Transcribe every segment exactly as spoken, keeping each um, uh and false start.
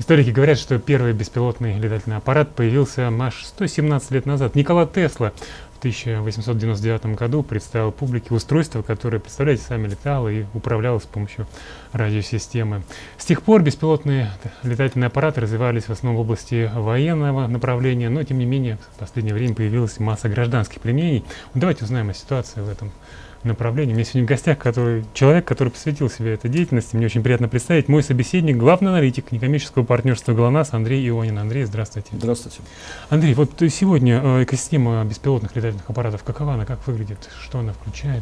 Историки говорят, что первый беспилотный летательный аппарат появился аж сто семнадцать лет назад. Никола Тесла в тысяча восемьсот девяносто девятом году представил публике устройство, которое, представляете, сами летало и управляло с помощью радиосистемы. С тех пор беспилотные летательные аппараты развивались в основном в области военного направления, но тем не менее в последнее время появилась масса гражданских применений. Давайте узнаем о ситуации в этом направлении. У меня сегодня в гостях который, человек, который посвятил себе этой деятельности. Мне очень приятно представить мой собеседник, главный аналитик некоммерческого партнерства ГЛОНАСС Андрей Ионин. Андрей, здравствуйте. Здравствуйте. Андрей, вот сегодня экосистема беспилотных летательных аппаратов, какова она, как выглядит, что она включает?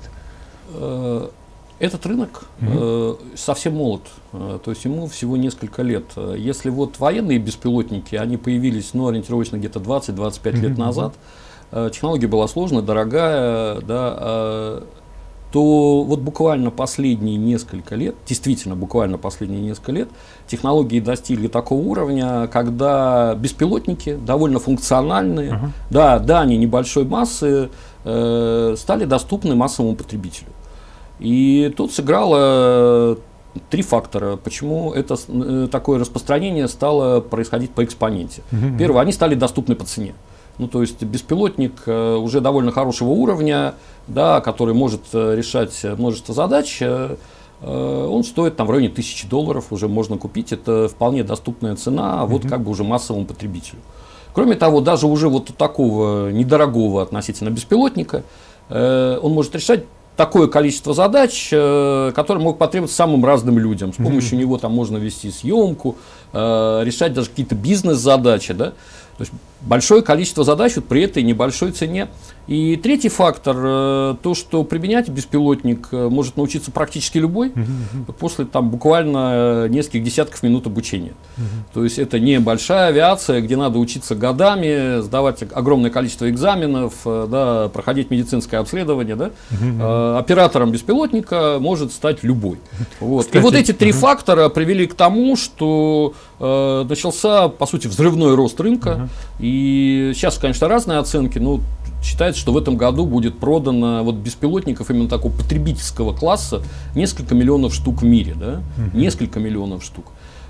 Этот рынок mm-hmm. совсем молод, то есть ему всего несколько лет. Если вот военные беспилотники, они появились, ну, ориентировочно где-то двадцать-двадцать пять mm-hmm. лет назад, технология была сложная, дорогая, да, то вот буквально последние несколько лет, действительно буквально последние несколько лет, технологии достигли такого уровня, когда беспилотники, довольно функциональные, uh-huh. да, да, они небольшой массы, э, стали доступны массовому потребителю. И тут сыграло три фактора, почему это э, такое распространение стало происходить по экспоненте. Uh-huh. Первое, они стали доступны по цене. Ну, то есть беспилотник э, уже довольно хорошего уровня, да, который может э, решать множество задач, э, э, он стоит там в районе тысячи долларов, уже можно купить, это вполне доступная цена, mm-hmm. вот как бы уже массовому потребителю. Кроме того, даже уже вот такого недорогого относительно беспилотника, э, он может решать такое количество задач, э, которые могут потребоваться самым разным людям. С помощью mm-hmm. него там можно вести съемку, э, решать даже какие-то бизнес-задачи, да. То есть большое количество задач вот при этой небольшой цене. И третий фактор, то, что применять беспилотник может научиться практически любой, uh-huh. после там, буквально нескольких десятков минут обучения. Uh-huh. То есть это не большая авиация, где надо учиться годами, сдавать огромное количество экзаменов, да, проходить медицинское обследование. Да. Uh-huh. Оператором беспилотника может стать любой. Вот. Кстати, и вот эти три uh-huh. фактора привели к тому, что э, начался, по сути, взрывной рост рынка. Uh-huh. И сейчас, конечно, разные оценки, но считается, что в этом году будет продано вот беспилотников именно такого потребительского класса несколько миллионов штук в мире, да? Uh-huh. Несколько миллионов штук.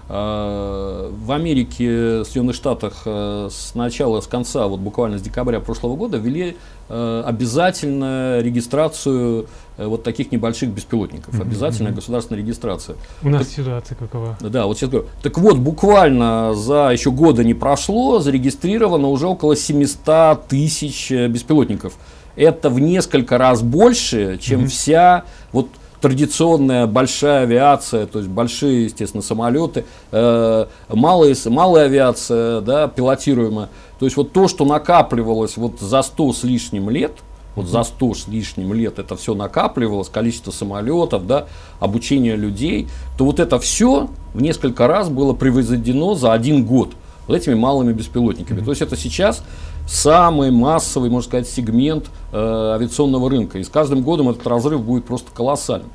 В Америке, в Соединенных Штатах с начала, с конца, вот буквально с декабря прошлого года ввели обязательную регистрацию вот таких небольших беспилотников. Mm-hmm. Обязательная государственная регистрация. У нас так, ситуация какова? Да, вот сейчас говорю. Так вот, буквально за еще года не прошло, зарегистрировано уже около семьсот тысяч беспилотников. Это в несколько раз больше, чем mm-hmm. вся вот традиционная большая авиация, то есть большие, естественно, самолеты, э, малая, малая авиация, да, пилотируемая. То есть вот то, что накапливалось вот за сто с лишним лет, вот за сто с лишним лет это все накапливалось, количество самолетов, да, обучение людей, то вот это все в несколько раз было превзойдено за один год вот этими малыми беспилотниками. Mm-hmm. То есть это сейчас самый массовый, можно сказать, сегмент э, авиационного рынка. И с каждым годом этот разрыв будет просто колоссальным.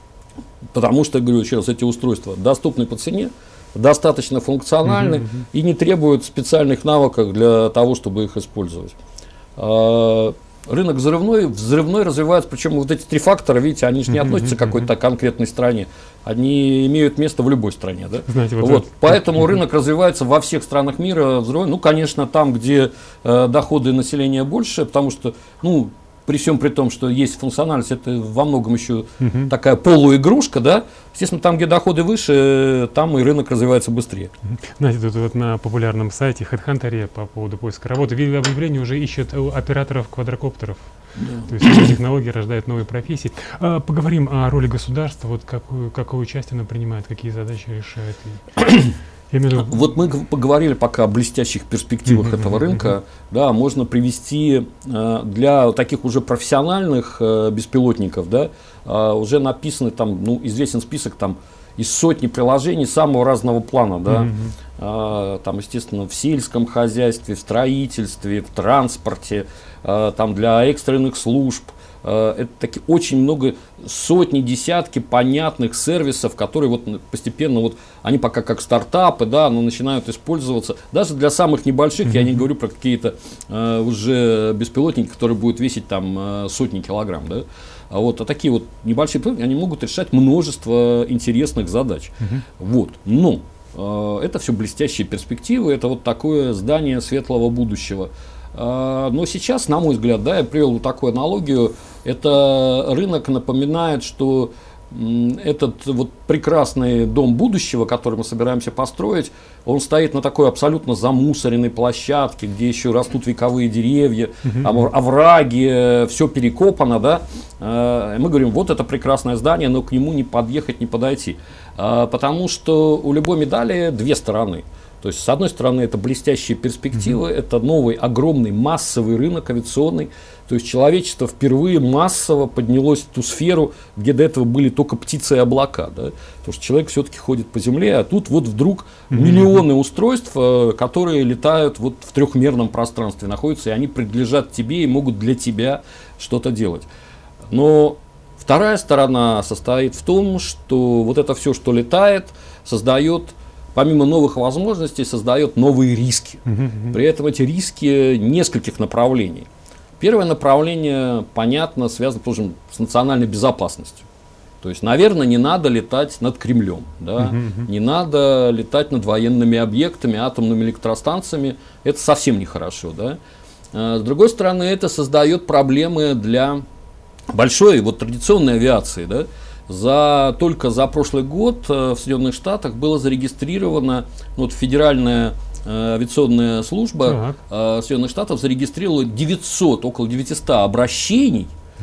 Потому что, говорю еще раз, эти устройства доступны по цене, достаточно функциональны uh-huh, uh-huh. и не требуют специальных навыков для того, чтобы их использовать. Э, рынок взрывной, взрывной развивается, причем вот эти три фактора, видите, они же не uh-huh, относятся к какой-то конкретной стране, они имеют место в любой стране. Да? Знаете, вот вот, это... Поэтому uh-huh. рынок развивается во всех странах мира взрывной. Ну, конечно, там, где э, доходы населения больше, потому что, ну, при всем при том, что есть функциональность, это во многом еще uh-huh. такая полуигрушка, да. Естественно, там, где доходы выше, там и рынок развивается быстрее. Uh-huh. Знаете, тут вот на популярном сайте HeadHunter по поводу поиска работы видели объявление, уже ищут операторов квадрокоптеров. Yeah. То есть технологии рождают новые профессии. А, поговорим о роли государства, вот какую, какое участие оно принимает, какие задачи решает. Именно... Вот мы поговорили пока о блестящих перспективах mm-hmm. этого рынка. Mm-hmm. Да, можно привести э, для таких уже профессиональных э, беспилотников, да, э, уже написаны там, ну, известен список там из сотни приложений самого разного плана, да, mm-hmm. э, там, естественно, в сельском хозяйстве, в строительстве, в транспорте, э, там для экстренных служб. Это таки очень много, сотни, десятки понятных сервисов, которые вот постепенно, вот, они пока как стартапы, да, но начинают использоваться. Даже для самых небольших, mm-hmm. я не говорю про какие-то э, уже беспилотники, которые будут весить там э, сотни килограмм, да. А, вот, а такие вот небольшие, они могут решать множество интересных задач. Mm-hmm. Вот. Но это все блестящие перспективы, это вот такое здание светлого будущего. Но сейчас, на мой взгляд, да, я привел вот такую аналогию, это рынок напоминает, что этот вот прекрасный дом будущего, который мы собираемся построить, он стоит на такой абсолютно замусоренной площадке, где еще растут вековые деревья, mm-hmm. овраги, все перекопано, да. Мы говорим, вот это прекрасное здание, но к нему не подъехать, не подойти. Потому что у любой медали две стороны. То есть, с одной стороны, это блестящие перспективы, mm-hmm. это новый огромный массовый рынок авиационный. То есть, человечество впервые массово поднялось в ту сферу, где до этого были только птицы и облака. Да? Потому что человек все-таки ходит по земле, а тут вот вдруг mm-hmm. миллионы устройств, которые летают вот в трехмерном пространстве, находятся, и они принадлежат тебе и могут для тебя что-то делать. Но вторая сторона состоит в том, что вот это все, что летает, создает... помимо новых возможностей, создает новые риски. Uh-huh. При этом эти риски нескольких направлений. Первое направление, понятно, связано тоже с национальной безопасностью. То есть, наверное, не надо летать над Кремлем, да? Uh-huh. Не надо летать над военными объектами, атомными электростанциями. Это совсем нехорошо. Да? С другой стороны, это создает проблемы для большой вот, традиционной авиации. Да? За, только за прошлый год в Соединенных Штатах было зарегистрировано, ну, вот федеральная э, авиационная служба э, Соединенных Штатов зарегистрировала девятьсот, около девятисот обращений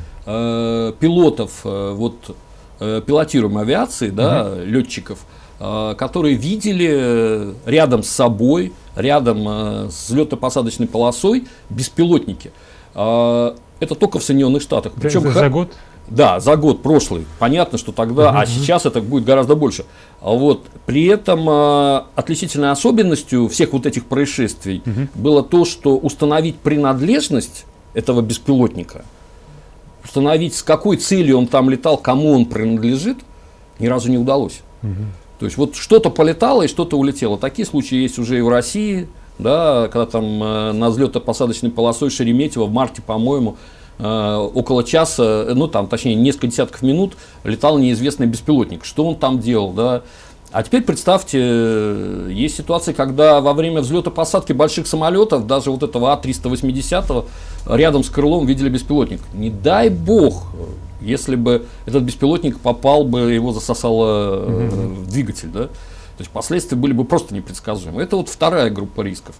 э, пилотов э, вот, э, пилотируемой авиации, да, угу. летчиков, э, которые видели рядом с собой, рядом э, с взлетно-посадочной полосой беспилотники. Э, это только в Соединенных Штатах. Причем за, за год? Да, за год прошлый. Понятно, что тогда, uh-huh. а сейчас это будет гораздо больше. А вот при этом э, отличительной особенностью всех вот этих происшествий uh-huh. было то, что установить принадлежность этого беспилотника, установить, с какой целью он там летал, кому он принадлежит, ни разу не удалось. Uh-huh. То есть вот что-то полетало и что-то улетело. Такие случаи есть уже и в России, да, когда там э, на взлетно-посадочной полосой Шереметьево в марте, по-моему, Uh, около часа, ну там, точнее, несколько десятков минут летал неизвестный беспилотник. Что он там делал, да? А теперь представьте, есть ситуации, когда во время взлета-посадки больших самолетов, даже вот этого А триста восемьдесят, рядом с крылом видели беспилотник. Не дай бог, если бы этот беспилотник попал бы, его засосало uh-huh. в двигатель, да? То есть последствия были бы просто непредсказуемы. Это вот вторая группа рисков.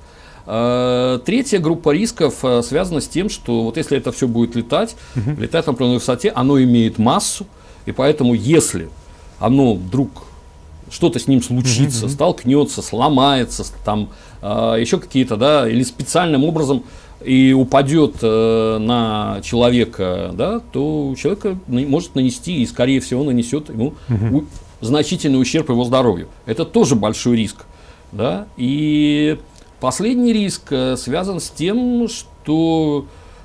Третья группа рисков связана с тем, что вот если это все будет летать, uh-huh. летать на определенной высоте, оно имеет массу, и поэтому если оно вдруг что-то с ним случится, uh-huh. столкнется, сломается, там еще какие-то, да, или специальным образом и упадет на человека, да, то у человека может нанести, и скорее всего нанесет ему uh-huh. значительный ущерб его здоровью. Это тоже большой риск, да, и последний риск связан с тем, что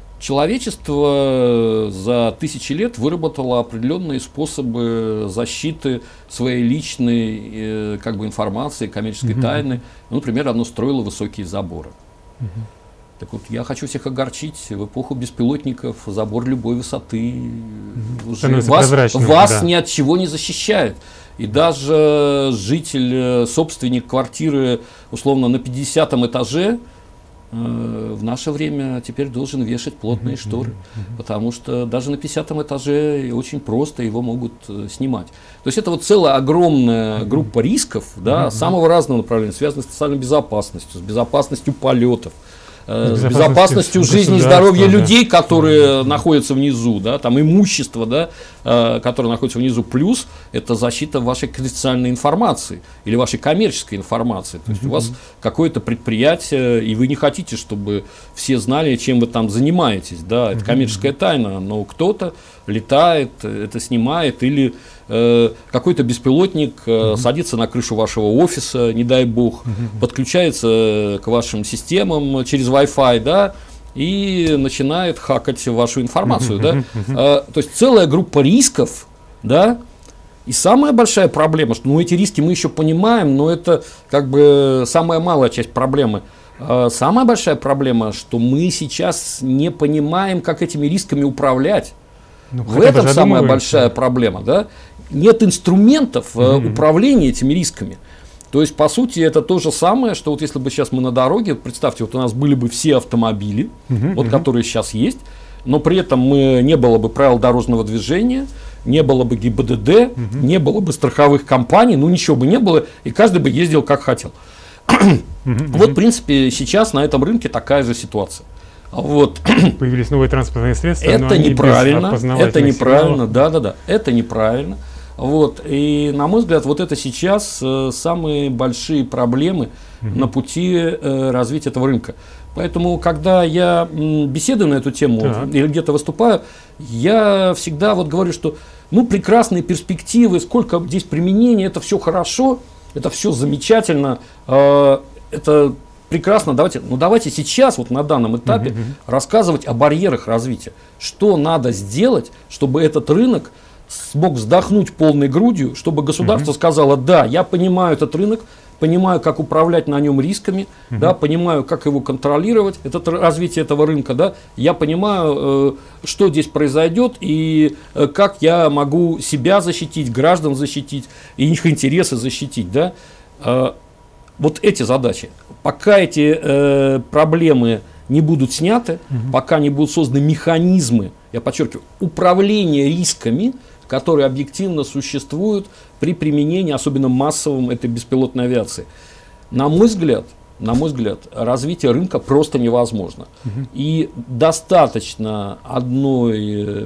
человечество за тысячи лет выработало определенные способы защиты своей личной как бы, информации, коммерческой uh-huh. тайны. Ну, например, оно строило высокие заборы. Uh-huh. Так вот, я хочу всех огорчить, в эпоху беспилотников забор любой высоты uh-huh. уже вас, вас да. ни от чего не защищает. И даже житель, собственник квартиры, условно, на пятидесятом этаже э, в наше время теперь должен вешать плотные mm-hmm. шторы, mm-hmm. потому что даже на пятидесятом этаже очень просто его могут э, снимать. То есть это вот целая огромная mm-hmm. группа рисков, да, mm-hmm. самого разного направления, связанных с социальной безопасностью, с безопасностью полетов, с безопасностью жизни и здоровья да. людей, которые mm-hmm. находятся внизу, да, там имущество, да, э, которое находится внизу, плюс это защита вашей конфиденциальной информации или вашей коммерческой информации. То есть mm-hmm. у вас какое-то предприятие, и вы не хотите, чтобы все знали, чем вы там занимаетесь, да, это mm-hmm. коммерческая тайна, но кто-то летает, это снимает, или э, какой-то беспилотник э, mm-hmm. садится на крышу вашего офиса, не дай бог, mm-hmm. подключается к вашим системам через Wi-Fi, да, и начинает хакать вашу информацию, mm-hmm. да. Mm-hmm. Э, то есть целая группа рисков, да. И самая большая проблема, что ну, эти риски мы еще понимаем, но это как бы самая малая часть проблемы. Э, самая большая проблема, что мы сейчас не понимаем, как этими рисками управлять. Ну, в этом самая большая проблема, да? Нет инструментов mm-hmm. управления этими рисками. То есть, по сути, это то же самое, что вот если бы сейчас мы на дороге, представьте, вот у нас были бы все автомобили, uh-huh, вот, uh-huh. которые сейчас есть, но при этом мы, не было бы правил дорожного движения, не было бы ГИБДД, uh-huh. не было бы страховых компаний, ну ничего бы не было, и каждый бы ездил как хотел. uh-huh, uh-huh. Вот, в принципе, сейчас на этом рынке такая же ситуация. Вот. Появились новые транспортные средства. Это неправильно, это неправильно, да-да-да, это неправильно. Вот. И, на мой взгляд, вот это сейчас э, самые большие проблемы uh-huh. на пути э, развития этого рынка. Поэтому, когда я м, беседую на эту тему uh-huh. или где-то выступаю, я всегда вот говорю, что ну, прекрасные перспективы, сколько здесь применений, это все хорошо, это все замечательно, э, это прекрасно. Давайте, ну, давайте сейчас, вот на данном этапе, uh-huh. рассказывать о барьерах развития. Что надо сделать, чтобы этот рынок смог вздохнуть полной грудью, чтобы государство uh-huh. сказало: да, я понимаю этот рынок, понимаю, как управлять на нем рисками, uh-huh. да, понимаю, как его контролировать, это развитие этого рынка, да, я понимаю, э, что здесь произойдет и э, как я могу себя защитить, граждан защитить и их интересы защитить, да. Э, вот эти задачи. Пока эти э, проблемы не будут сняты, uh-huh. пока не будут созданы механизмы, я подчеркиваю, управления рисками, которые объективно существуют при применении, особенно массовом, этой беспилотной авиации. На мой взгляд, на мой взгляд, развитие рынка просто невозможно. Uh-huh. И достаточно одной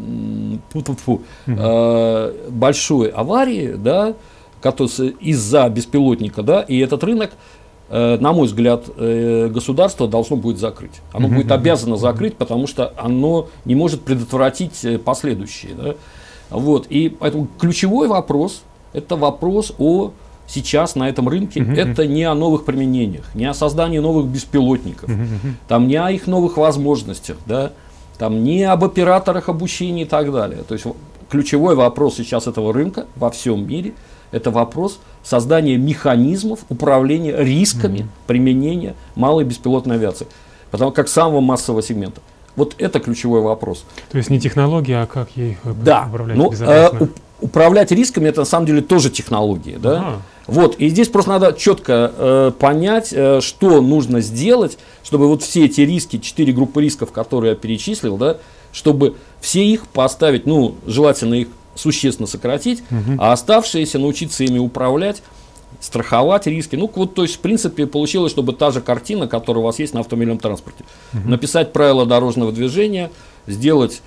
фу-фу-фу, uh-huh. э, большой аварии, да, которая из-за беспилотника, да, и этот рынок, э, на мой взгляд, э, государство должно будет закрыть. Оно uh-huh. будет обязано закрыть, потому что оно не может предотвратить последующие. Да. Вот, и поэтому ключевой вопрос – это вопрос о сейчас на этом рынке, uh-huh. это не о новых применениях, не о создании новых беспилотников, uh-huh. там не о их новых возможностях, да, там не об операторах обучения и так далее. То есть ключевой вопрос сейчас этого рынка во всем мире – это вопрос создания механизмов управления рисками uh-huh. применения малой беспилотной авиации, потому как самого массового сегмента. Вот это ключевой вопрос. То есть не технология, а как ей да. управлять ну, безопасно? Э, управлять рисками — это на самом деле тоже технологии. Да? Ага. Вот, и здесь просто надо четко э, понять, э, что нужно сделать, чтобы вот все эти риски, четыре группы рисков, которые я перечислил, да, чтобы все их поставить, ну, желательно их существенно сократить, угу. а оставшиеся научиться ими управлять, страховать риски. Ну, вот, то есть, в принципе, получилось, чтобы та же картина, которая у вас есть на автомобильном транспорте. Uh-huh. Написать правила дорожного движения, сделать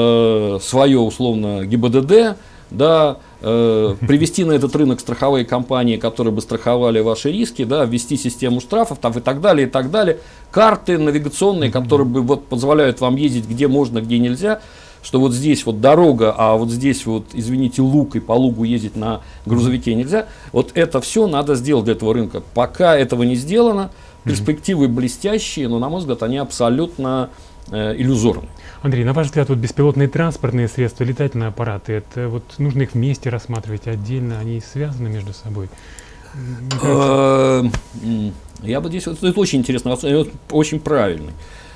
э, свое, условно, ГИБДД, да, э, привести на этот рынок страховые компании, которые бы страховали ваши риски, да, ввести систему штрафов там, и так далее, и так далее. Карты навигационные, uh-huh. которые бы вот, позволяют вам ездить где можно, где нельзя. Что вот здесь вот дорога, а вот здесь вот, извините, луг, и по лугу ездить на грузовике нельзя. Вот это все надо сделать для этого рынка. Пока этого не сделано, перспективы блестящие, но, на мой взгляд, они абсолютно э, иллюзорны. Андрей, на ваш взгляд, вот беспилотные транспортные средства, летательные аппараты, это вот нужно их вместе рассматривать отдельно, они связаны между собой? Я бы здесь, это очень интересно, очень правильный.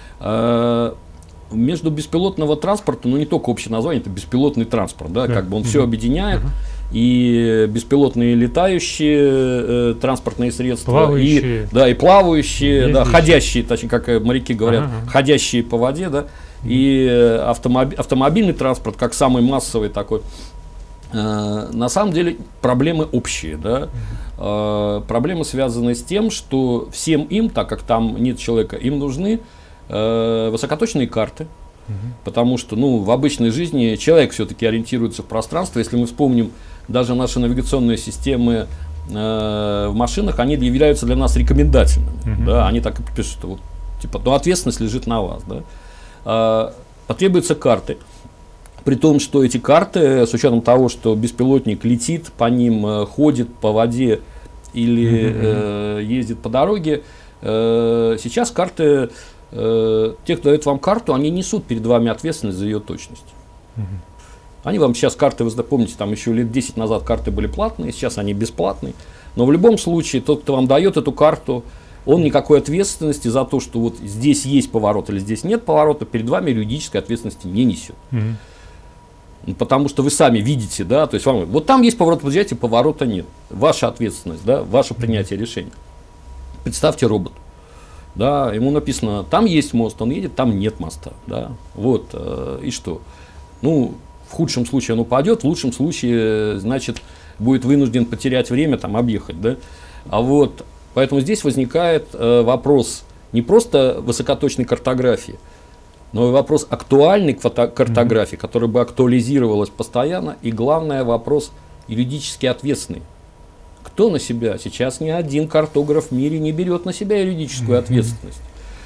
Между беспилотного транспорта, ну не только общее название, это беспилотный транспорт, да, да. как бы он uh-huh. все объединяет, uh-huh. и беспилотные летающие э, транспортные средства, плавающие. И, да, и плавающие, да, ходящие, точнее, как моряки говорят, uh-huh. ходящие по воде, да, uh-huh. и автомоби- автомобильный транспорт, как самый массовый такой. Э, на самом деле проблемы общие, да, uh-huh. э, проблемы связаны с тем, что всем им, так как там нет человека, им нужны высокоточные карты, угу. потому что ну, в обычной жизни человек все-таки ориентируется в пространство. Если мы вспомним, даже наши навигационные системы э, в машинах, они являются для нас рекомендательными. Угу. Да? Они так и пишут, что вот, типа, ну, ответственность лежит на вас. Да? А, потребуются карты. При том, что эти карты, с учетом того, что беспилотник летит, по ним э, ходит по воде или угу. э, ездит по дороге, э, сейчас карты... Те, кто дает вам карту, они несут перед вами ответственность за ее точность. Uh-huh. Они вам сейчас карты, вы помните, там еще лет десять назад карты были платные, сейчас они бесплатные. Но в любом случае, тот, кто вам дает эту карту, он никакой ответственности за то, что вот здесь есть поворот или здесь нет поворота, перед вами юридической ответственности не несет. Uh-huh. потому что вы сами видите, да, то есть вам, вот там есть поворот, подъезжайте, поворота нет. Ваша ответственность, да, ваше принятие решения. Представьте робот. Да, ему написано, там есть мост, он едет, там нет моста. Да, вот, э, и что? Ну, в худшем случае он упадет, в лучшем случае, значит, будет вынужден потерять время, там, объехать. Да? А вот, поэтому здесь возникает э, вопрос не просто высокоточной картографии, но и вопрос актуальной картографии, mm-hmm. которая бы актуализировалась постоянно, и главное, вопрос юридически ответственный. Кто на себя? Сейчас ни один картограф в мире не берет на себя юридическую mm-hmm. ответственность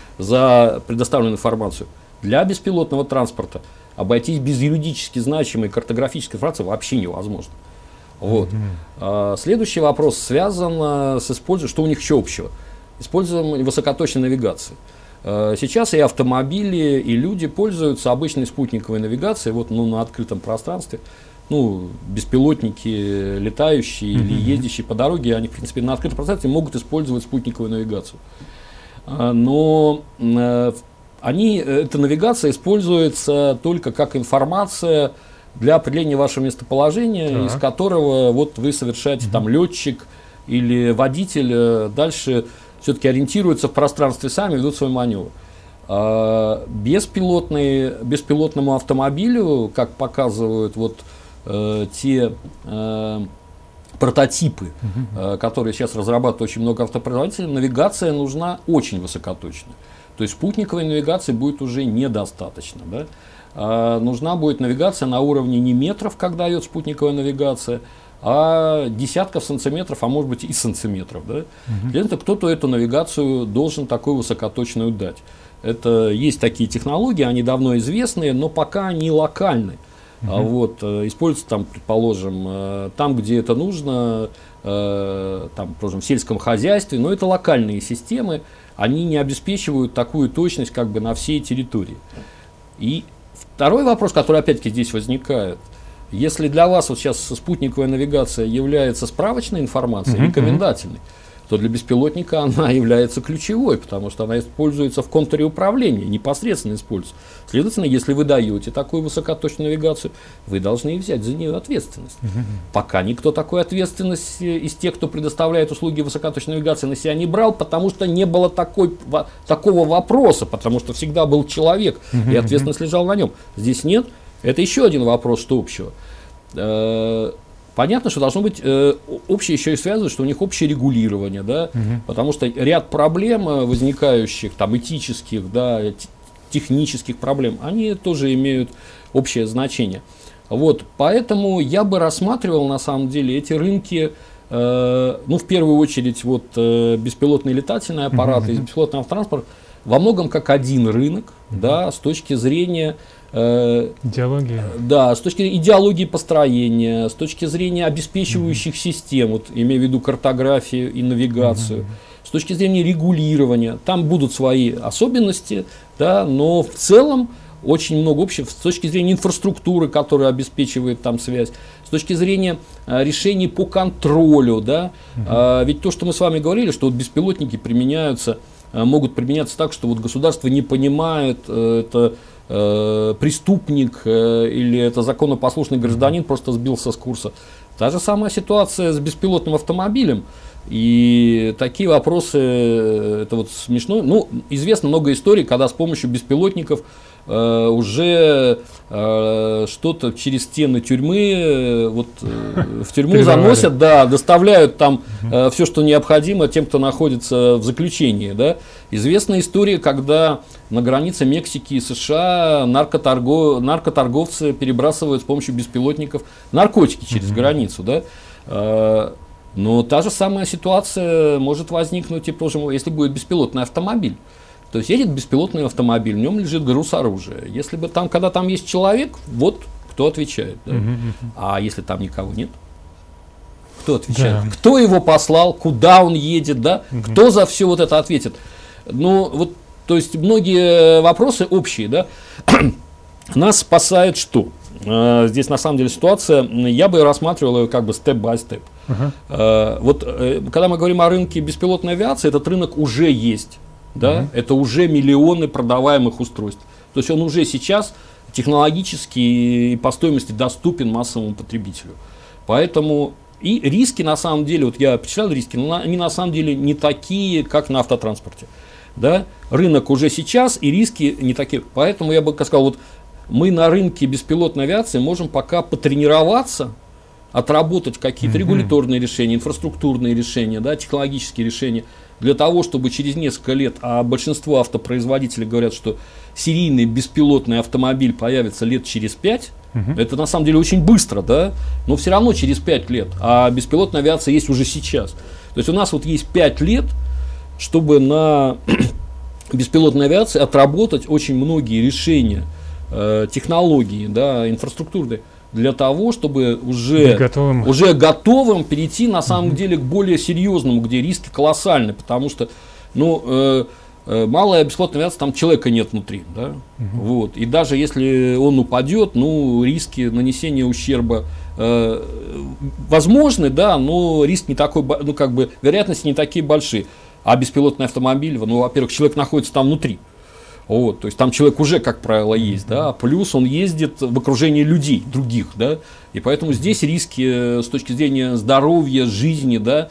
за предоставленную информацию. Для беспилотного транспорта обойтись без юридически значимой картографической информации вообще невозможно. Вот. Mm-hmm. а, следующий вопрос связан а, с использованием, что у них еще общего? Использованием высокоточной навигации. А, сейчас и автомобили, и люди пользуются обычной спутниковой навигацией вот, ну, на открытом пространстве. Ну, беспилотники, летающие mm-hmm. или ездящие по дороге, они, в принципе, на открытом пространстве могут использовать спутниковую навигацию. А, но а, они, эта навигация используется только как информация для определения вашего местоположения, так. из которого вот вы совершаете, mm-hmm. там, летчик или водитель дальше все-таки ориентируются в пространстве сами, ведут свой маневр. А, беспилотный, беспилотному автомобилю, как показывают вот э, те э, прототипы, mm-hmm. э, которые сейчас разрабатывают очень много автопроизводителей, навигация нужна очень высокоточная. То есть спутниковой навигации будет уже недостаточно. Да? А, нужна будет навигация на уровне не метров, как дает спутниковая навигация, а десятков сантиметров, а может быть и сантиметров. Да? Угу. Для этого кто-то эту навигацию должен такую высокоточную дать. Это, есть такие технологии, они давно известные, но пока не локальны. Угу. А вот, используются там, предположим, там, где это нужно, там, предположим, в сельском хозяйстве, но это локальные системы, они не обеспечивают такую точность как бы на всей территории. И второй вопрос, который опять-таки здесь возникает, если для вас вот сейчас спутниковая навигация является справочной информацией, uh-huh, рекомендательной, uh-huh. то для беспилотника она является ключевой, потому что она используется в контуре управления, непосредственно используется. Следовательно, если вы даете такую высокоточную навигацию, вы должны взять за нее ответственность. Uh-huh. Пока никто такой ответственность из тех, кто предоставляет услуги высокоточной навигации, на себя не брал, потому что не было такой, такого вопроса, потому что всегда был человек, uh-huh, и ответственность uh-huh. лежала на нем. Здесь нет. Это еще один вопрос, что общего. Понятно, что должно быть э, общее еще и связано, что у них общее регулирование, да, угу. потому что ряд проблем, возникающих, там, этических, да, технических проблем, они тоже имеют общее значение. Вот, поэтому я бы рассматривал, на самом деле, эти рынки, э, ну, в первую очередь, вот, э, беспилотные летательные аппараты, угу. беспилотный автотранспорт, во многом как один рынок, угу. да, с точки зрения идеологии. Да, с точки зрения идеологии построения, с точки зрения обеспечивающих mm-hmm. систем, вот, имея в виду картографию и навигацию, mm-hmm. с точки зрения регулирования, там будут свои особенности, да, но в целом очень много общего с точки зрения инфраструктуры, которая обеспечивает там связь, с точки зрения а, решений по контролю, да, mm-hmm. а, ведь то, что мы с вами говорили, что вот беспилотники применяются, а, могут применяться так, что вот государство не понимает, а, это преступник э, или это законопослушный гражданин просто сбился с курса. Та же самая ситуация с беспилотным автомобилем. И такие вопросы, это вот смешно. Ну, известно много историй, когда с помощью беспилотников э, уже э, что-то через стены тюрьмы, э, вот, э, в тюрьму заносят, да, доставляют там э, все, что необходимо тем, кто находится в заключении. Да. Известна история, когда на границе Мексики и США наркоторгов, наркоторговцы перебрасывают с помощью беспилотников наркотики через mm-hmm. границу. Да. Э, Но та же самая ситуация может возникнуть, и, если будет беспилотный автомобиль. То есть едет беспилотный автомобиль, в нем лежит груз оружия. Если бы там, когда там есть человек, вот кто отвечает. Да? Uh-huh, uh-huh. А если там никого нет, кто отвечает? Да. Кто его послал, куда он едет, да? Uh-huh. Кто за все вот это ответит? Ну, вот, то есть многие вопросы общие, да? Нас спасает что? Здесь на самом деле ситуация, я бы рассматривал ее как бы степ-бай-степ. Uh-huh. Вот когда мы говорим о рынке беспилотной авиации, этот рынок уже есть, да? Uh-huh. Это уже миллионы продаваемых устройств. То есть он уже сейчас технологически и по стоимости доступен массовому потребителю. Поэтому и риски на самом деле, вот я перечислял риски, но они на самом деле не такие, как на автотранспорте. Да? Рынок уже сейчас, и риски не такие. Поэтому я бы сказал, вот мы на рынке беспилотной авиации можем пока потренироваться, отработать какие-то mm-hmm. регуляторные решения, инфраструктурные решения, да, технологические решения, для того, чтобы через несколько лет, а большинство автопроизводителей говорят, что серийный беспилотный автомобиль появится лет через пять, uh-huh. это на самом деле очень быстро, да, но все равно через пять лет, а беспилотная авиация есть уже сейчас. То есть у нас вот есть пять лет, чтобы на беспилотной авиации отработать очень многие решения, э, технологии, да, инфраструктурные, для того, чтобы уже готовым. уже готовым перейти на самом uh-huh. деле к более серьезному, где риски колоссальны, потому что, ну, э, э, малая беспилотная авиация, там человека нет внутри, да, uh-huh. вот, и даже если он упадет, ну, риски нанесения ущерба э, возможны, да, но риск не такой, ну, как бы, вероятности не такие большие, а беспилотный автомобиль, ну, во-первых, человек находится там внутри. Вот, то есть там человек уже, как правило, есть, да, плюс он ездит в окружении людей, других, да, и поэтому здесь риски с точки зрения здоровья, жизни, да,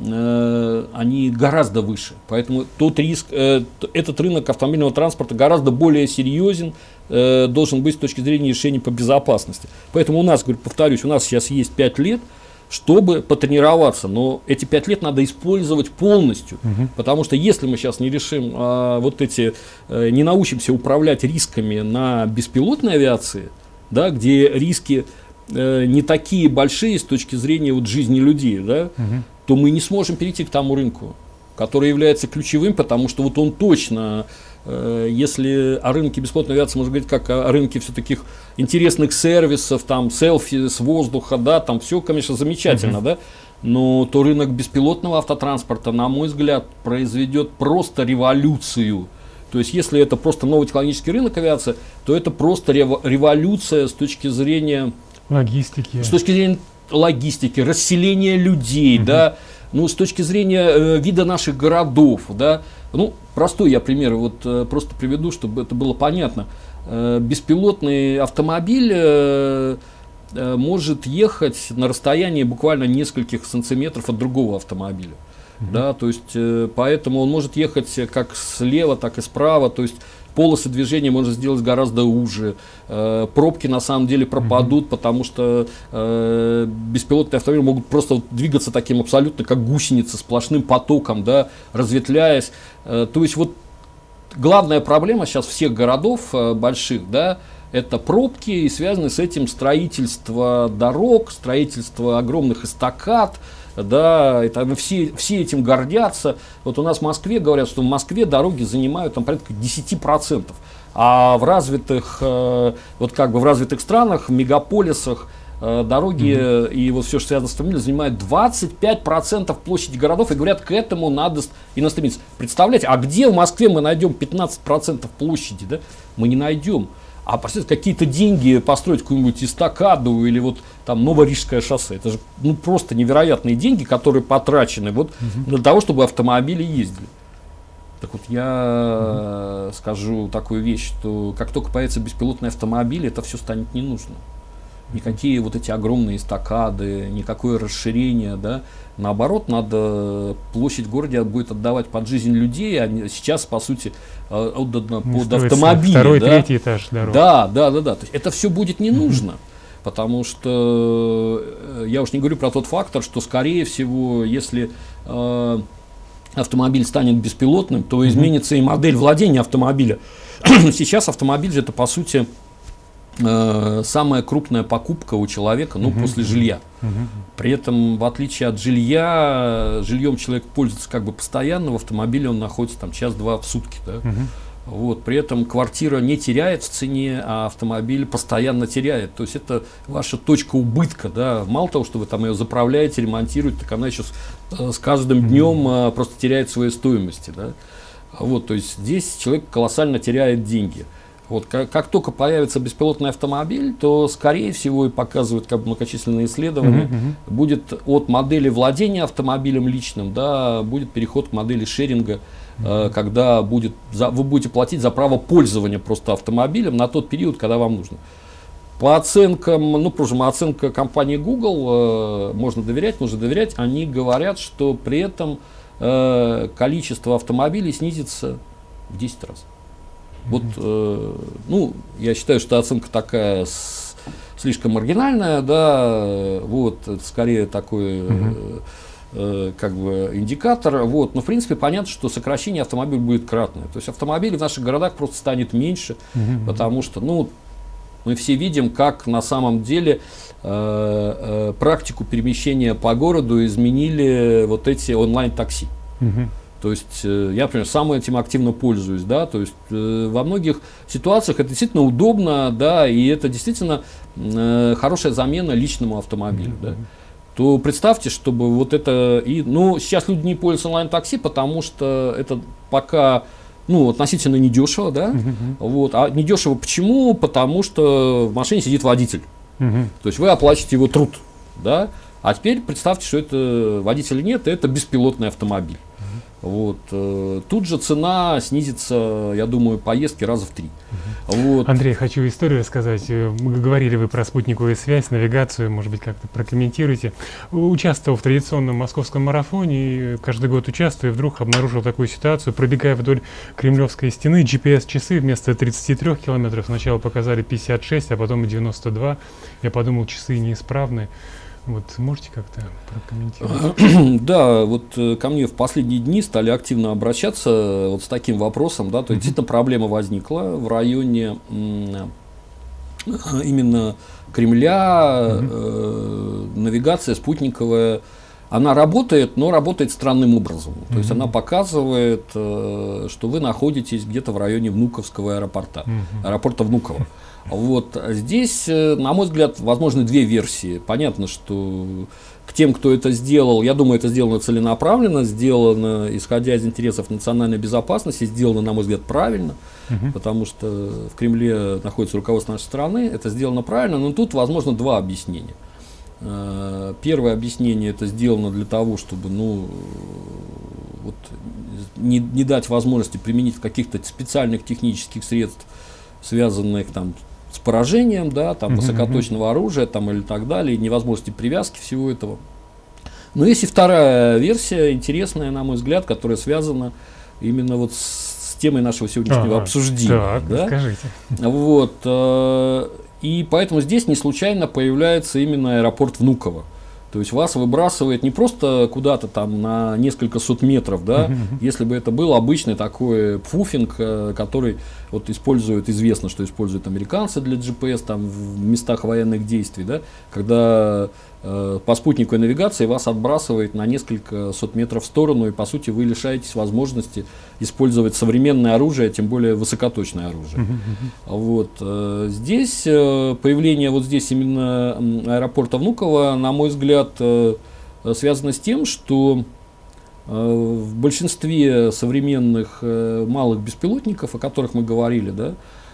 э, они гораздо выше. Поэтому тот риск, э, этот рынок автомобильного транспорта гораздо более серьезен, э, должен быть с точки зрения решений по безопасности. Поэтому у нас, говорю, повторюсь, у нас сейчас есть пять лет, чтобы потренироваться, но эти пять лет надо использовать полностью, угу. потому что если мы сейчас не решим а, вот эти, а, не научимся управлять рисками на беспилотной авиации, да, где риски а, не такие большие с точки зрения вот, жизни людей, да, угу. то мы не сможем перейти к тому рынку, который является ключевым, потому что вот он точно, э, если о рынке беспилотной авиации можно говорить как о рынке все таких интересных сервисов, там селфи с воздуха, да, там все, конечно, замечательно, uh-huh. да, но то рынок беспилотного автотранспорта, на мой взгляд, произведет просто революцию. То есть, если это просто новый технологический рынок авиации, то это просто рев- революция с точки зрения логистики, с точки зрения логистики, расселения людей, uh-huh. да. Ну, с точки зрения э, вида наших городов, да, ну, простой я пример вот э, просто приведу, чтобы это было понятно. Э, беспилотный автомобиль э, э, может ехать на расстоянии буквально нескольких сантиметров от другого автомобиля. Mm-hmm. Да, то есть, э, поэтому он может ехать как слева, так и справа, то есть полосы движения можно сделать гораздо уже. Э, пробки на самом деле пропадут, mm-hmm. потому что э, беспилотные автомобили могут просто вот двигаться таким абсолютно как гусеницы, сплошным потоком, да, разветвляясь. Э, то есть вот главная проблема сейчас всех городов э, больших, да, это пробки и связаны с этим строительство дорог, строительство огромных эстакад. Да, это все, все этим гордятся. Вот у нас в Москве говорят, что в Москве дороги занимают там порядка десять процентов. А в развитых, э, вот как бы в развитых странах, в мегаполисах э, дороги mm-hmm. и вот все, что связано с автомобилем, занимают двадцать пять процентов площади городов. И говорят, к этому надо и стремиться. Представляете, а где в Москве мы найдем пятнадцать процентов площади? Да? Мы не найдем. А представьте, какие-то деньги построить какую-нибудь эстакаду или вот там Новорижское шоссе. Это же ну, просто невероятные деньги, которые потрачены вот, угу. для того, чтобы автомобили ездили. Так вот, я угу. скажу такую вещь, что как только появится беспилотный автомобиль, это все станет не нужно. Никакие вот эти огромные эстакады, никакое расширение, да. Наоборот, надо площадь в городе будет отдавать под жизнь людей, а сейчас, по сути, отдано ну, под автомобили. Второй, да? третий этаж дорог. Да, да, да, да. То есть это все будет не нужно, mm-hmm. потому что я уж не говорю про тот фактор, что, скорее всего, если э, автомобиль станет беспилотным, то mm-hmm. изменится и модель владения автомобиля. Сейчас автомобиль же это, по сути, самая крупная покупка у человека, ну, uh-huh. после жилья. Uh-huh. При этом, в отличие от жилья, жильем человек пользуется как бы постоянно, в автомобиле он находится там час-два в сутки. Да? Uh-huh. Вот, при этом квартира не теряет в цене, а автомобиль постоянно теряет. То есть это ваша точка убытка. Да? Мало того, что вы там ее заправляете, ремонтируете, так она еще с, с каждым днем uh-huh. просто теряет свои стоимости. Да? Вот, то есть здесь человек колоссально теряет деньги. Вот, как, как только появится беспилотный автомобиль, то, скорее всего, и показывают как бы, многочисленные исследования, uh-huh, uh-huh. будет от модели владения автомобилем личным, да, будет переход к модели шеринга, mm-hmm. когда будет, за, вы будете платить за право пользования просто автомобилем на тот период, когда вам нужно. По оценкам, ну, прожим, оценка компании Google, можно доверять, нужно доверять, они говорят, что при этом количество автомобилей снизится в десять раз. Mm-hmm. Вот, э, ну, я считаю, что оценка такая с, слишком маргинальная, да, вот, это скорее такой, mm-hmm. э, как бы, индикатор, вот, но, в принципе, понятно, что сокращение автомобиля будет кратное, то есть автомобилей в наших городах просто станет меньше, mm-hmm. потому что, ну, мы все видим, как на самом деле э, э, практику перемещения по городу изменили вот эти онлайн-такси. Mm-hmm. То есть э, я, например, сам этим активно пользуюсь, да, то есть э, во многих ситуациях это действительно удобно, да, и это действительно э, хорошая замена личному автомобилю, mm-hmm. да. То представьте, чтобы вот это, и, ну, сейчас люди не пользуются онлайн-такси, потому что это пока, ну, относительно недешево, да, mm-hmm. вот, а недешево почему? Потому что в машине сидит водитель, mm-hmm. то есть вы оплачиваете его труд, да, а теперь представьте, что это водителя нет, это беспилотный автомобиль. Вот. Тут же цена снизится, я думаю, поездки раза в три. Uh-huh. Вот. Андрей, хочу историю рассказать. Мы говорили вы про спутниковую связь, навигацию, может быть, как-то прокомментируйте. Участвовал в традиционном московском марафоне, каждый год участвую, и вдруг обнаружил такую ситуацию, пробегая вдоль Кремлевской стены, джи пи эс-часы вместо тридцати трёх километров сначала показали пятьдесят шесть, а потом и девяносто два. Я подумал, часы неисправны. Вот можете как-то прокомментировать? Да, вот ко мне в последние дни стали активно обращаться вот с таким вопросом, да, то есть действительно проблема возникла в районе именно Кремля, э, навигация спутниковая, она работает, но работает странным образом, то mm-hmm. есть она показывает, э, что вы находитесь где-то в районе Внуковского аэропорта, mm-hmm. аэропорта Внуково. Вот здесь, на мой взгляд, возможны две версии. Понятно, что к тем, кто это сделал, я думаю, это сделано целенаправленно, сделано исходя из интересов национальной безопасности, сделано, на мой взгляд, правильно, uh-huh. потому что в Кремле находится руководство нашей страны, это сделано правильно, но тут, возможно, два объяснения. Первое объяснение, это сделано для того, чтобы, ну, вот, не, не дать возможности применить каких-то специальных технических средств, связанных там с поражением, да, там, uh-huh, высокоточного uh-huh. оружия там, или так далее, невозможности привязки всего этого. Но есть и вторая версия, интересная, на мой взгляд, которая связана именно вот с, с темой нашего сегодняшнего ага, обсуждения. Так, да? Скажите. Вот, э, и поэтому здесь не случайно появляется именно аэропорт Внуково. То есть вас выбрасывает не просто куда-то там на несколько сот метров, да, uh-huh. если бы это был обычный такой пфуфинг, который вот используют, известно, что используют американцы для джи пи эс там в местах военных действий, да, когда э, по спутниковой навигации вас отбрасывает на несколько сот метров в сторону, и по сути вы лишаетесь возможности использовать современное оружие, тем более высокоточное оружие. Uh-huh. Вот, э, здесь э, появление вот здесь именно аэропорта Внуково, на мой взгляд, связано с тем, что в большинстве современных малых беспилотников, о которых мы говорили, да,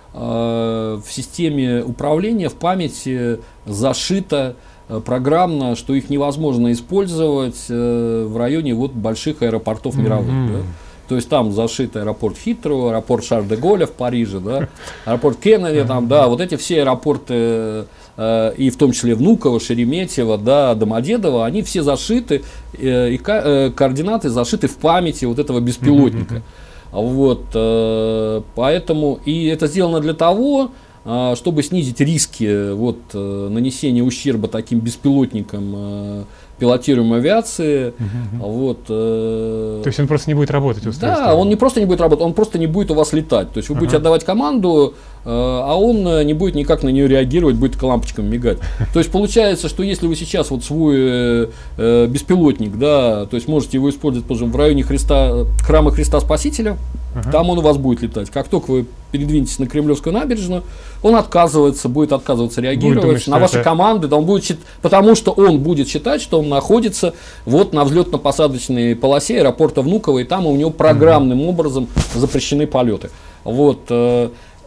в системе управления, в памяти зашито программно, что их невозможно использовать в районе вот больших аэропортов мировых. Mm-hmm. Да. То есть там зашит аэропорт Хитроу, аэропорт Шарль-де-Голля в Париже, да, аэропорт Кеннеди, там, да, вот эти все аэропорты, э, и в том числе Внуково, Шереметьево, да, Домодедово, они все зашиты, э, и ко э, координаты зашиты в памяти вот этого беспилотника. Mm-hmm. Вот, э, поэтому, и это сделано для того, э, чтобы снизить риски вот, э, нанесения ущерба таким беспилотникам, э, пилотируемой авиации. Uh-huh. Вот, э, То есть он просто не будет работать, устройство? Да, он не просто не будет работать, он просто не будет у вас летать. То есть вы uh-huh. будете отдавать команду, э, а он не будет никак на нее реагировать, будет лампочками мигать. То есть получается, что если вы сейчас вот свой э, э, беспилотник, да, то есть можете его использовать в районе Христа, храма Христа Спасителя, uh-huh. там он у вас будет летать. Как только вы передвинетесь на Кремлевскую набережную, он отказывается, будет отказываться реагировать будет думать, на ваши это... команды, да, он будет счит... потому что он будет считать, что он находится вот на взлетно-посадочной полосе аэропорта Внуково, и там у него программным mm-hmm. образом запрещены полеты. Вот.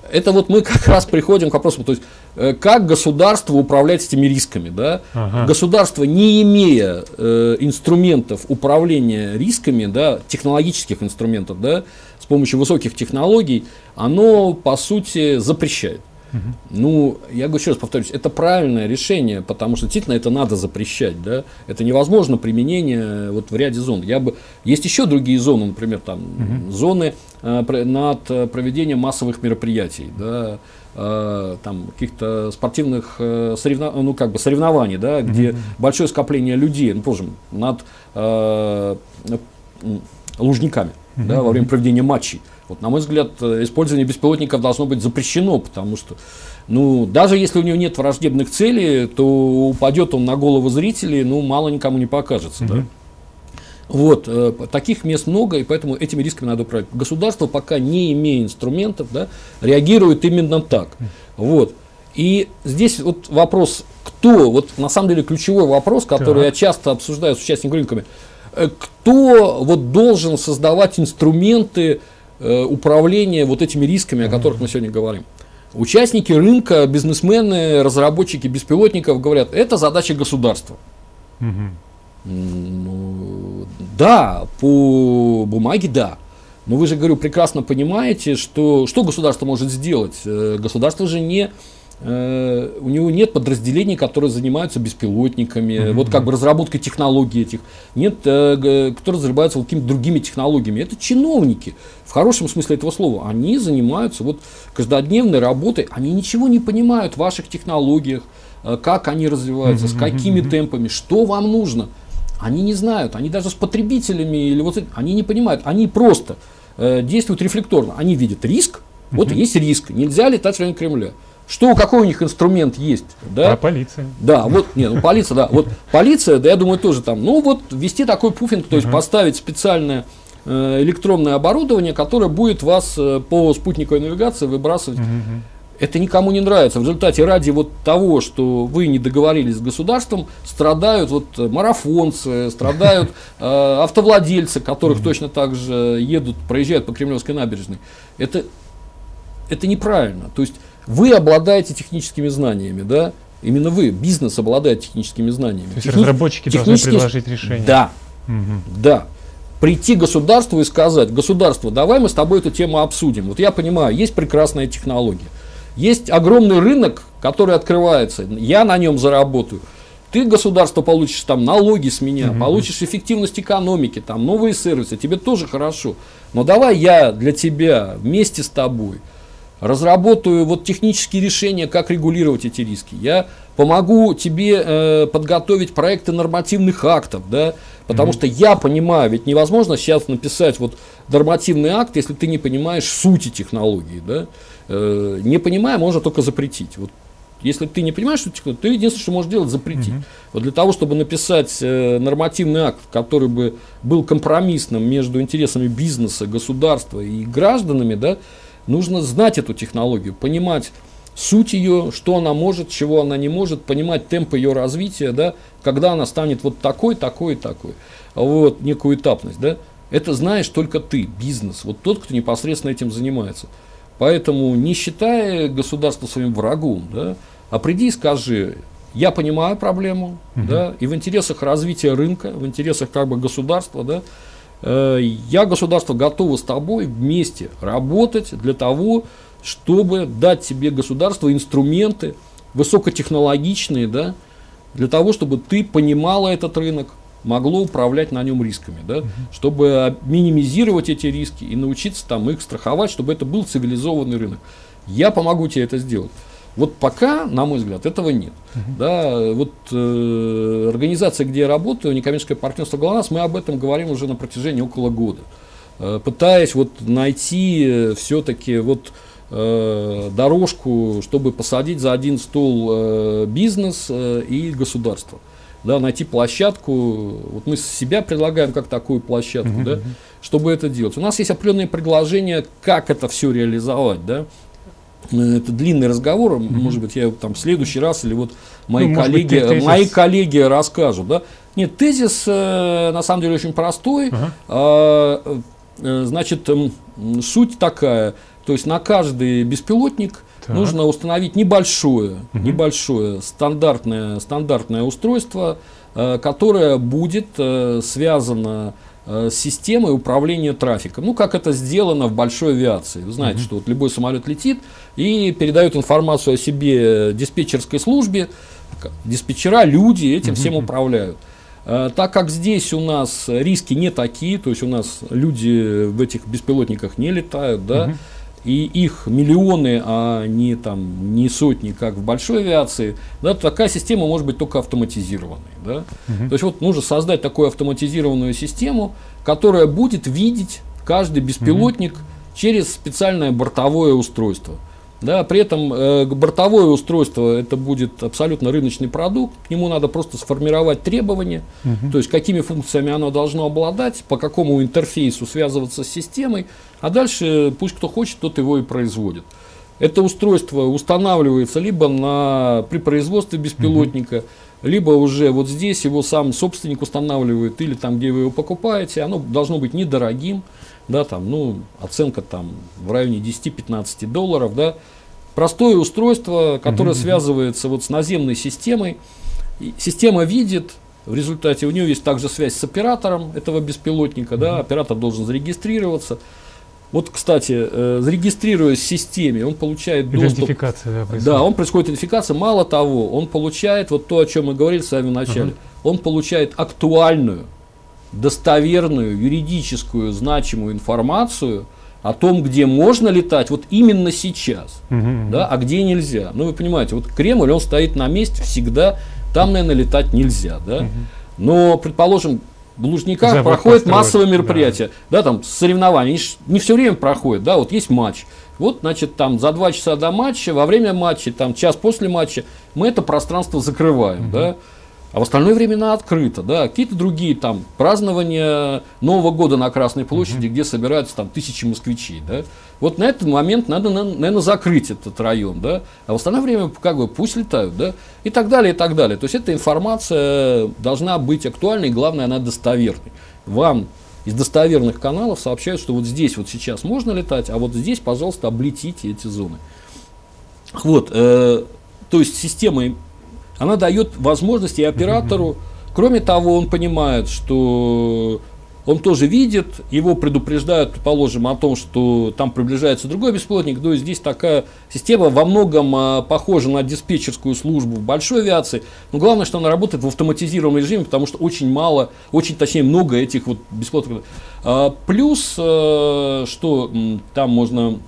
это вот мы как раз приходим к вопросу, то есть, э, как государство управлять этими рисками. Да? Ага. Государство, не имея э, инструментов управления рисками, да, технологических инструментов, да, с помощью высоких технологий, оно, по сути, запрещает. Угу. Ну, я еще раз повторюсь, это правильное решение, потому что действительно это надо запрещать, да? Это невозможно применение вот в ряде зон. Я бы... Есть еще другие зоны, например, там, угу. зоны э, над проведением массовых мероприятий, да? э, там, каких-то спортивных э, соревнов... ну, как бы соревнований, да? Где угу. большое скопление людей, ну, позже, над э, лужниками, угу. да? Во время проведения матчей. Вот, на мой взгляд, использование беспилотников должно быть запрещено, потому что, ну, даже если у него нет враждебных целей, то упадет он на голову зрителей, ну, мало никому не покажется. Mm-hmm. Да? Вот, э, таких мест много, и поэтому этими рисками надо управлять. Государство, пока не имея инструментов, да, реагирует именно так. Mm-hmm. Вот. И здесь вот вопрос, кто, вот на самом деле ключевой вопрос, который yeah. я часто обсуждаю с участниками рынками, э, кто вот должен создавать инструменты управления вот этими рисками, о которых мы сегодня говорим. Участники рынка, бизнесмены, разработчики беспилотников говорят, это задача государства. Угу. Ну, да, по бумаге да. Но вы же, говорю, прекрасно понимаете, что, что государство может сделать. Государство же не... у него нет подразделений, которые занимаются беспилотниками, mm-hmm. вот как бы разработкой технологий этих, нет, которые занимаются вот какими-то другими технологиями. Это чиновники, в хорошем смысле этого слова. Они занимаются вот каждодневной работой, они ничего не понимают в ваших технологиях, как они развиваются, mm-hmm. с какими mm-hmm. темпами, что вам нужно. Они не знают, они даже с потребителями, или вот, они не понимают, они просто э, действуют рефлекторно, они видят риск, mm-hmm. вот есть риск, нельзя летать в районе Кремля. Что, какой у них инструмент есть? Да? А полиция? Да, вот, нет, ну полиция, да, вот полиция, да, я думаю, тоже там, ну вот ввести такой пуфинг, то есть uh-huh. поставить специальное э, электронное оборудование, которое будет вас э, по спутниковой навигации выбрасывать. Uh-huh. Это никому не нравится. В результате ради вот того, что вы не договорились с государством, страдают вот марафонцы, страдают э, автовладельцы, которых uh-huh. точно так же едут, проезжают по Кремлевской набережной. Это, это неправильно. То есть вы обладаете техническими знаниями, да? Именно вы, бизнес обладает техническими знаниями. То есть Техни... разработчики должны предложить решение. Да, угу. да. Прийти к государству и сказать, государство, давай мы с тобой эту тему обсудим. Вот я понимаю, есть прекрасная технология, есть огромный рынок, который открывается, я на нем заработаю. Ты, государство, получишь там налоги с меня, угу. получишь эффективность экономики, там новые сервисы, тебе тоже хорошо. Но давай я для тебя вместе с тобой разработаю вот технические решения, как регулировать эти риски. Я помогу тебе э, подготовить проекты нормативных актов, да, потому mm-hmm. что я понимаю, ведь невозможно сейчас написать вот нормативный акт, если ты не понимаешь сути технологии, да. Э, не понимая, можно только запретить. Вот, если ты не понимаешь суть технологии, ты единственное, что можешь делать, запретить. Mm-hmm. Вот для того, чтобы написать э, нормативный акт, который бы был компромиссным между интересами бизнеса, государства и гражданами, да, нужно знать эту технологию, понимать суть ее, что она может, чего она не может, понимать темп ее развития, да, когда она станет вот такой, такой и такой, вот, некую этапность, да, это знаешь только ты, бизнес, вот тот, кто непосредственно этим занимается. Поэтому не считай государство своим врагом, да, а приди и скажи, я понимаю проблему, угу. да, и в интересах развития рынка, в интересах как бы государства, да, я, государство, готово с тобой вместе работать для того, чтобы дать тебе, государство, инструменты высокотехнологичные, да, для того, чтобы ты понимала этот рынок, могло управлять на нем рисками, да, uh-huh. чтобы минимизировать эти риски и научиться там их страховать, чтобы это был цивилизованный рынок. Я помогу тебе это сделать. Вот пока, на мой взгляд, этого нет. Uh-huh. Да, вот э, организация, где я работаю, некоммерческое партнерство ГЛОНАСС, мы об этом говорим уже на протяжении около года, э, пытаясь вот найти все-таки вот э, дорожку, чтобы посадить за один стол э, бизнес э, и государство. Да, найти площадку, вот мы себя предлагаем как такую площадку, uh-huh. да, чтобы это делать. У нас есть определенные предложения, как это все реализовать, да. Это длинный разговор, mm-hmm. может быть, я там в следующий раз, или вот мои, ну, коллеги, быть, мои коллеги расскажут. Да? Нет, тезис э, на самом деле очень простой. Uh-huh. э, э, значит, э, суть такая. То есть на каждый беспилотник так. нужно установить небольшое, угу. небольшое стандартное, стандартное устройство, э, которое будет э, связано э, с системой управления трафиком. Ну, как это сделано в большой авиации. Вы знаете, угу. что вот любой самолет летит и передает информацию о себе диспетчерской службе. Диспетчера, люди этим угу. всем управляют. Э, так как здесь у нас риски не такие, то есть у нас люди в этих беспилотниках не летают, да, угу. и их миллионы, а не, там, не сотни, как в большой авиации, да, такая система может быть только автоматизированной. Да? Угу. То есть вот нужно создать такую автоматизированную систему, которая будет видеть каждый беспилотник угу. через специальное бортовое устройство. Да, при этом э, бортовое устройство это будет абсолютно рыночный продукт, к нему надо просто сформировать требования, uh-huh. то есть какими функциями оно должно обладать, по какому интерфейсу связываться с системой, а дальше пусть кто хочет, тот его и производит. Это устройство устанавливается либо на, при производстве беспилотника, uh-huh. либо уже вот здесь его сам собственник устанавливает, или там, где вы его покупаете, оно должно быть недорогим. Да, там, ну, оценка там в районе десяти-пятнадцати долларов, да. Простое устройство, которое uh-huh. связывается вот с наземной системой. И система видит, в результате у нее есть также связь с оператором этого беспилотника, uh-huh. да, оператор должен зарегистрироваться. Вот, кстати, э, зарегистрируясь в системе, он получает доступ. Идентификация, да, да, он происходит идентификация. Мало того, он получает вот то, о чем мы говорили с вами в начале. Uh-huh. Он получает актуальную, достоверную, юридическую, значимую информацию о том, где можно летать вот именно сейчас, uh-huh. да, а где нельзя. Ну, вы понимаете, вот Кремль, он стоит на месте всегда, там, наверное, летать нельзя. Да? Uh-huh. Но, предположим, в Лужниках Забор проходит построить, массовое мероприятие, да. Да, там соревнования, они не все время проходят, да, вот есть матч. Вот, значит, там за два часа до матча, во время матча, там час после матча мы это пространство закрываем, uh-huh. да. А в остальное время она открыта, да, какие-то другие там празднования Нового года на Красной площади, uh-huh. где собираются там тысячи москвичей, да. Вот на этот момент надо, наверное, закрыть этот район, да, а в остальное время как бы пусть летают, да, и так далее, и так далее. То есть эта информация должна быть актуальной, и главное, она достоверной. Вам из достоверных каналов сообщают, что вот здесь вот сейчас можно летать, а вот здесь, пожалуйста, облетите эти зоны. Вот, э, то есть система, она дает возможности оператору, mm-hmm. кроме того, он понимает, что он тоже видит, его предупреждают, предположим, о том, что там приближается другой беспилотник, то есть здесь такая система во многом а, похожа на диспетчерскую службу в большой авиации, но главное, что она работает в автоматизированном режиме, потому что очень мало, очень точнее много этих вот беспилотников. А, плюс, а, что м, там можно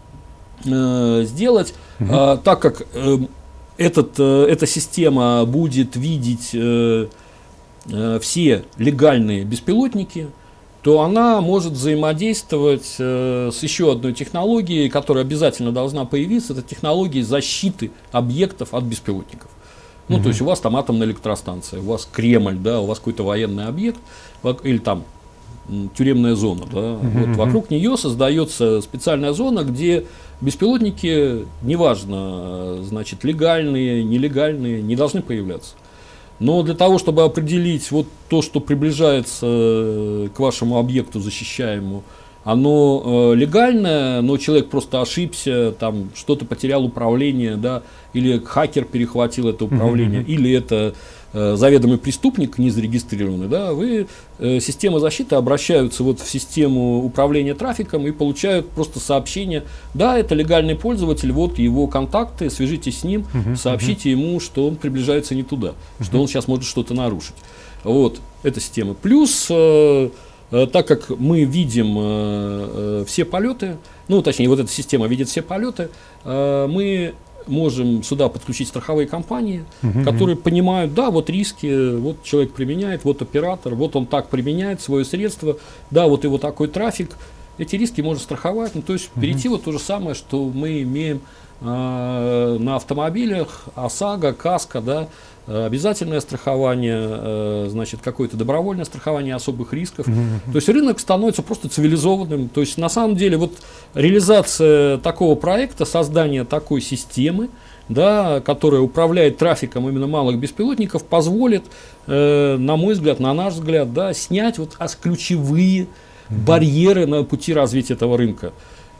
а, сделать, mm-hmm. а, так как а, Этот, эта система будет видеть э, э, все легальные беспилотники, то она может взаимодействовать э, с еще одной технологией, которая обязательно должна появиться. Это технология защиты объектов от беспилотников. Ну, mm-hmm. то есть у вас там атомная электростанция, у вас Кремль, да, у вас какой-то военный объект, или там тюремная зона. Да, mm-hmm. вот, вокруг нее создается специальная зона, где беспилотники, неважно, значит, легальные, нелегальные, не должны появляться. Но для того, чтобы определить вот то, что приближается к вашему объекту защищаемому, оно э, легальное, но человек просто ошибся, там что-то потерял управление, да, или хакер перехватил это управление, mm-hmm. или это э, заведомый преступник незарегистрированный, да, вы, э, система защиты обращаются вот в систему управления трафиком и получают просто сообщение, да, это легальный пользователь, вот его контакты, свяжитесь с ним, mm-hmm. сообщите mm-hmm. ему, что он приближается не туда, mm-hmm. что он сейчас может что-то нарушить. Вот, эта система. Плюс... Э, Так как мы видим э, э, все полеты, ну точнее вот эта система видит все полеты, э, мы можем сюда подключить страховые компании, uh-huh. которые понимают, да, вот риски, вот человек применяет, вот оператор, вот он так применяет свое средство, да, вот его такой трафик, эти риски можно страховать, ну то есть uh-huh. перейти вот то же самое, что мы имеем э, на автомобилях, ОСАГО, КАСКО, да, обязательное страхование, значит, какое-то добровольное страхование особых рисков. Mm-hmm. То есть рынок становится просто цивилизованным. То есть на самом деле вот реализация такого проекта, создание такой системы, да, которая управляет трафиком именно малых беспилотников, позволит, э, на мой взгляд, на наш взгляд, да, снять вот ключевые mm-hmm. барьеры на пути развития этого рынка.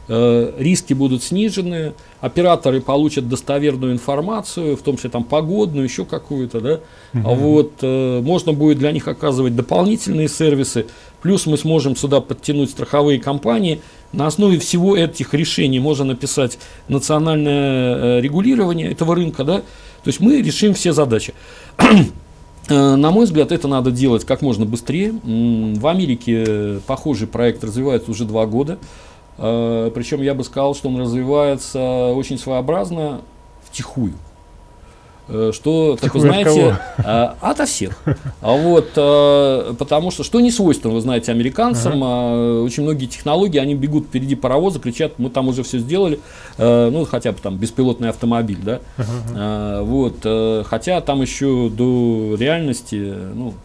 э, риски будут снижены, операторы получат достоверную информацию, в том числе там погодную, еще какую-то, да, uh-huh. а вот э, можно будет для них оказывать дополнительные сервисы, плюс мы сможем сюда подтянуть страховые компании. На основе всего этих решений можно написать национальное э, регулирование этого рынка, да, то есть мы решим все задачи. На мой взгляд, это надо делать как можно быстрее. В Америке похожий проект развивается уже два года. Причем я бы сказал, что он развивается очень своеобразно, втихую. Что, как вы знаете, от, ото всех. А вот, потому что, что не свойственно, вы знаете, американцам, ага. очень многие технологии, они бегут впереди паровоза, кричат, мы там уже все сделали, ну, хотя бы там беспилотный автомобиль, да, ага. вот, хотя там еще до реальности, ну,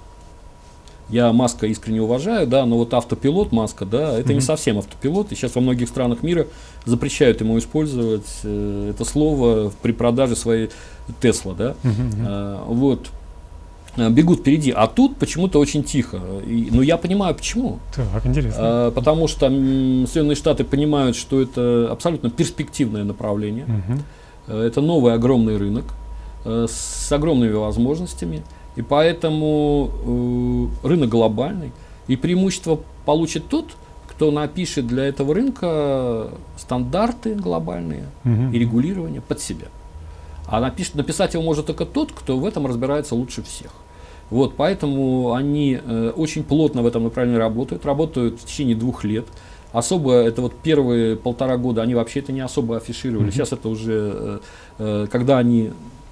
я Маска искренне уважаю, да, но вот автопилот Маска, да, это mm-hmm. не совсем автопилот, и сейчас во многих странах мира запрещают ему использовать э, это слово при продаже своей Тесла, да, mm-hmm. а, вот, бегут впереди, а тут почему-то очень тихо, и, ну я понимаю почему, так, интересно. А, потому что м, Соединенные Штаты понимают, что это абсолютно перспективное направление, mm-hmm. это новый огромный рынок э, с огромными возможностями. И поэтому э, рынок глобальный, и преимущество получит тот, кто напишет для этого рынка стандарты глобальные uh-huh. и регулирование под себя. А напишет, написать его может только тот, кто в этом разбирается лучше всех. Вот, поэтому они э, очень плотно в этом направлении работают, работают в течение двух лет. Особо, это вот первые полтора года, они вообще это не особо афишировали. Uh-huh. Сейчас это уже, э, э, когда они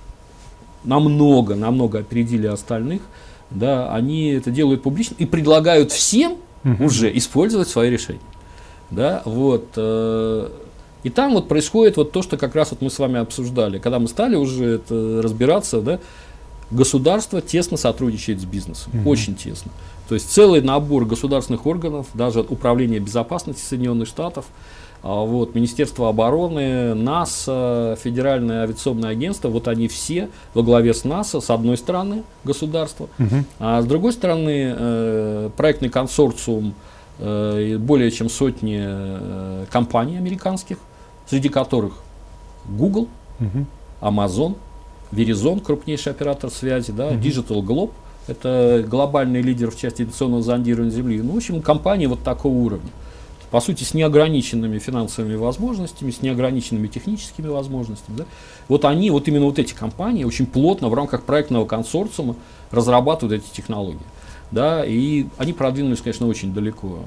намного, намного опередили остальных, да, они это делают публично и предлагают всем uh-huh. уже использовать свои решения. Да, вот, э, и там вот происходит вот то, что как раз вот мы с вами обсуждали. Когда мы стали уже это разбираться, да, государство тесно сотрудничает с бизнесом, uh-huh. очень тесно. То есть целый набор государственных органов, даже Управление безопасности Соединенных Штатов, вот, Министерство обороны, НАСА, Федеральное авиационное агентство, вот они все во главе с НАСА, с одной стороны государство, uh-huh. а с другой стороны э, проектный консорциум э, более чем сотни э, компаний американских, среди которых Google, uh-huh. Amazon, Verizon, крупнейший оператор связи, да, uh-huh. Digital Globe, это глобальный лидер в части авиационного зондирования Земли. Ну, в общем, компании вот такого уровня. По сути, с неограниченными финансовыми возможностями, с неограниченными техническими возможностями. Да? Вот они, вот именно вот эти компании очень плотно в рамках проектного консорциума разрабатывают эти технологии. Да? И они продвинулись, конечно, очень далеко.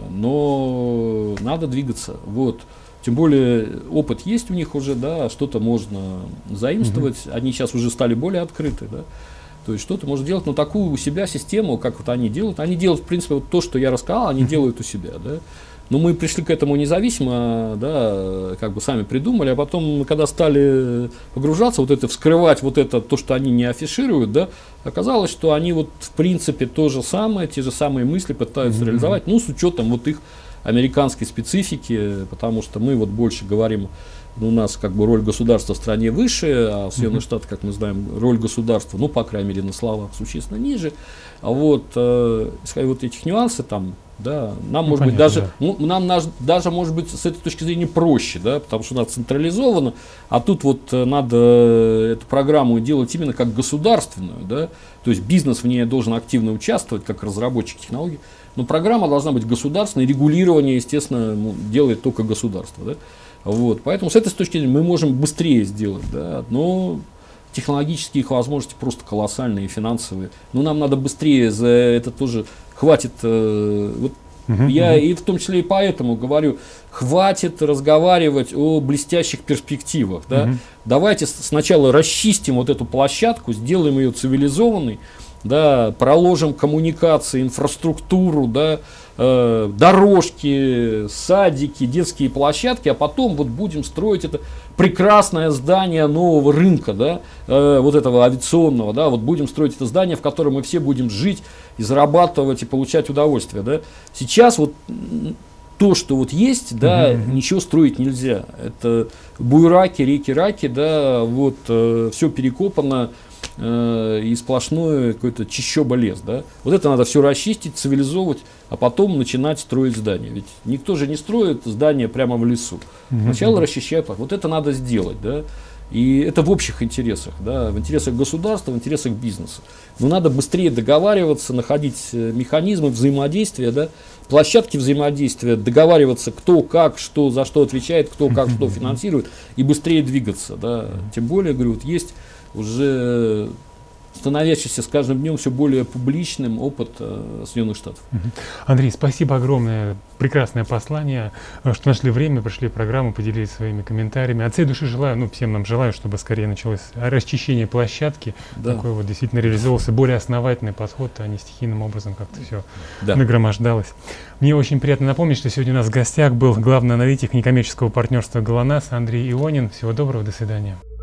Но надо двигаться. Вот. Тем более опыт есть у них уже, да, что-то можно заимствовать. Mm-hmm. Они сейчас уже стали более открыты. Да? То есть что-то можно делать, но такую у себя систему, как вот они делают. Они делают, в принципе, вот то, что я рассказал, они mm-hmm. делают у себя. Да? Но мы пришли к этому независимо, да, как бы сами придумали, а потом, когда стали погружаться, вот это, вскрывать вот это, то, что они не афишируют, да, оказалось, что они вот в принципе то же самое, те же самые мысли пытаются mm-hmm. реализовать, ну, с учетом вот их американской специфики, потому что мы вот больше говорим, у нас как бы роль государства в стране выше, а в Соединенных mm-hmm. Штатах, как мы знаем, роль государства, ну, по крайней мере, на словах существенно ниже. А вот, э, вот этих нюансов там, да, нам, ну, может понятно, быть, даже, да. ну, нам наш, даже, может быть, с этой точки зрения проще, да, потому что у нас централизовано, а тут вот надо эту программу делать именно как государственную, да, то есть бизнес в ней должен активно участвовать, как разработчик технологий, но программа должна быть государственной, регулирование, естественно, ну, делает только государство, да, вот, поэтому с этой точки зрения мы можем быстрее сделать, да, но технологические их возможности просто колоссальные, финансовые, но нам надо быстрее, за это тоже хватит, э, вот uh-huh, я uh-huh. и в том числе и поэтому говорю, хватит разговаривать о блестящих перспективах, да, uh-huh. давайте сначала расчистим вот эту площадку, сделаем ее цивилизованной, да, проложим коммуникации, инфраструктуру, да, э, дорожки, садики, детские площадки, а потом вот будем строить это прекрасное здание нового рынка, да, э, вот этого авиационного, да, вот будем строить это здание, в котором мы все будем жить и зарабатывать и получать удовольствие, да. Сейчас вот то, что вот есть, да, Mm-hmm. ничего строить нельзя. Это буераки, реки-раки, да, вот э, все перекопано, э, и сплошное какое-то чищоба лес, да. Вот это надо все расчистить, цивилизовывать, а потом начинать строить здания. Ведь никто же не строит здания прямо в лесу. Mm-hmm. Сначала расчищают, вот это надо сделать, да. И это в общих интересах, да, в интересах государства, в интересах бизнеса. Но надо быстрее договариваться, находить механизмы взаимодействия, да, площадки взаимодействия, договариваться, кто как, что, за что отвечает, кто как, что финансирует, и быстрее двигаться. Да. Тем более, говорю, вот есть уже становящийся с каждым днем все более публичным опыт э, Соединенных Штатов. Андрей, спасибо огромное, прекрасное послание, что нашли время, пришли в программу, поделились своими комментариями. От всей души желаю, ну, всем нам желаю, чтобы скорее началось расчищение площадки, да. Такой вот действительно реализовался более основательный подход, а не стихийным образом как-то все да. нагромождалось. Мне очень приятно напомнить, что сегодня у нас в гостях был главный аналитик некоммерческого партнерства ГЛОНАСС Андрей Ионин. Всего доброго, до свидания.